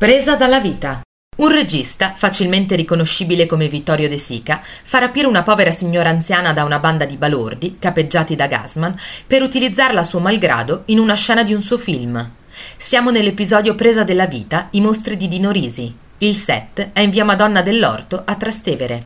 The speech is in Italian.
Presa dalla vita. Un regista, facilmente riconoscibile come Vittorio De Sica, fa rapire una povera signora anziana da una banda di balordi, capeggiati da Gassman, per utilizzarla a suo malgrado in una scena di un suo film. Siamo nell'episodio Presa della vita, I mostri di Dino Risi. Il set è in via Madonna dell'Orto a Trastevere.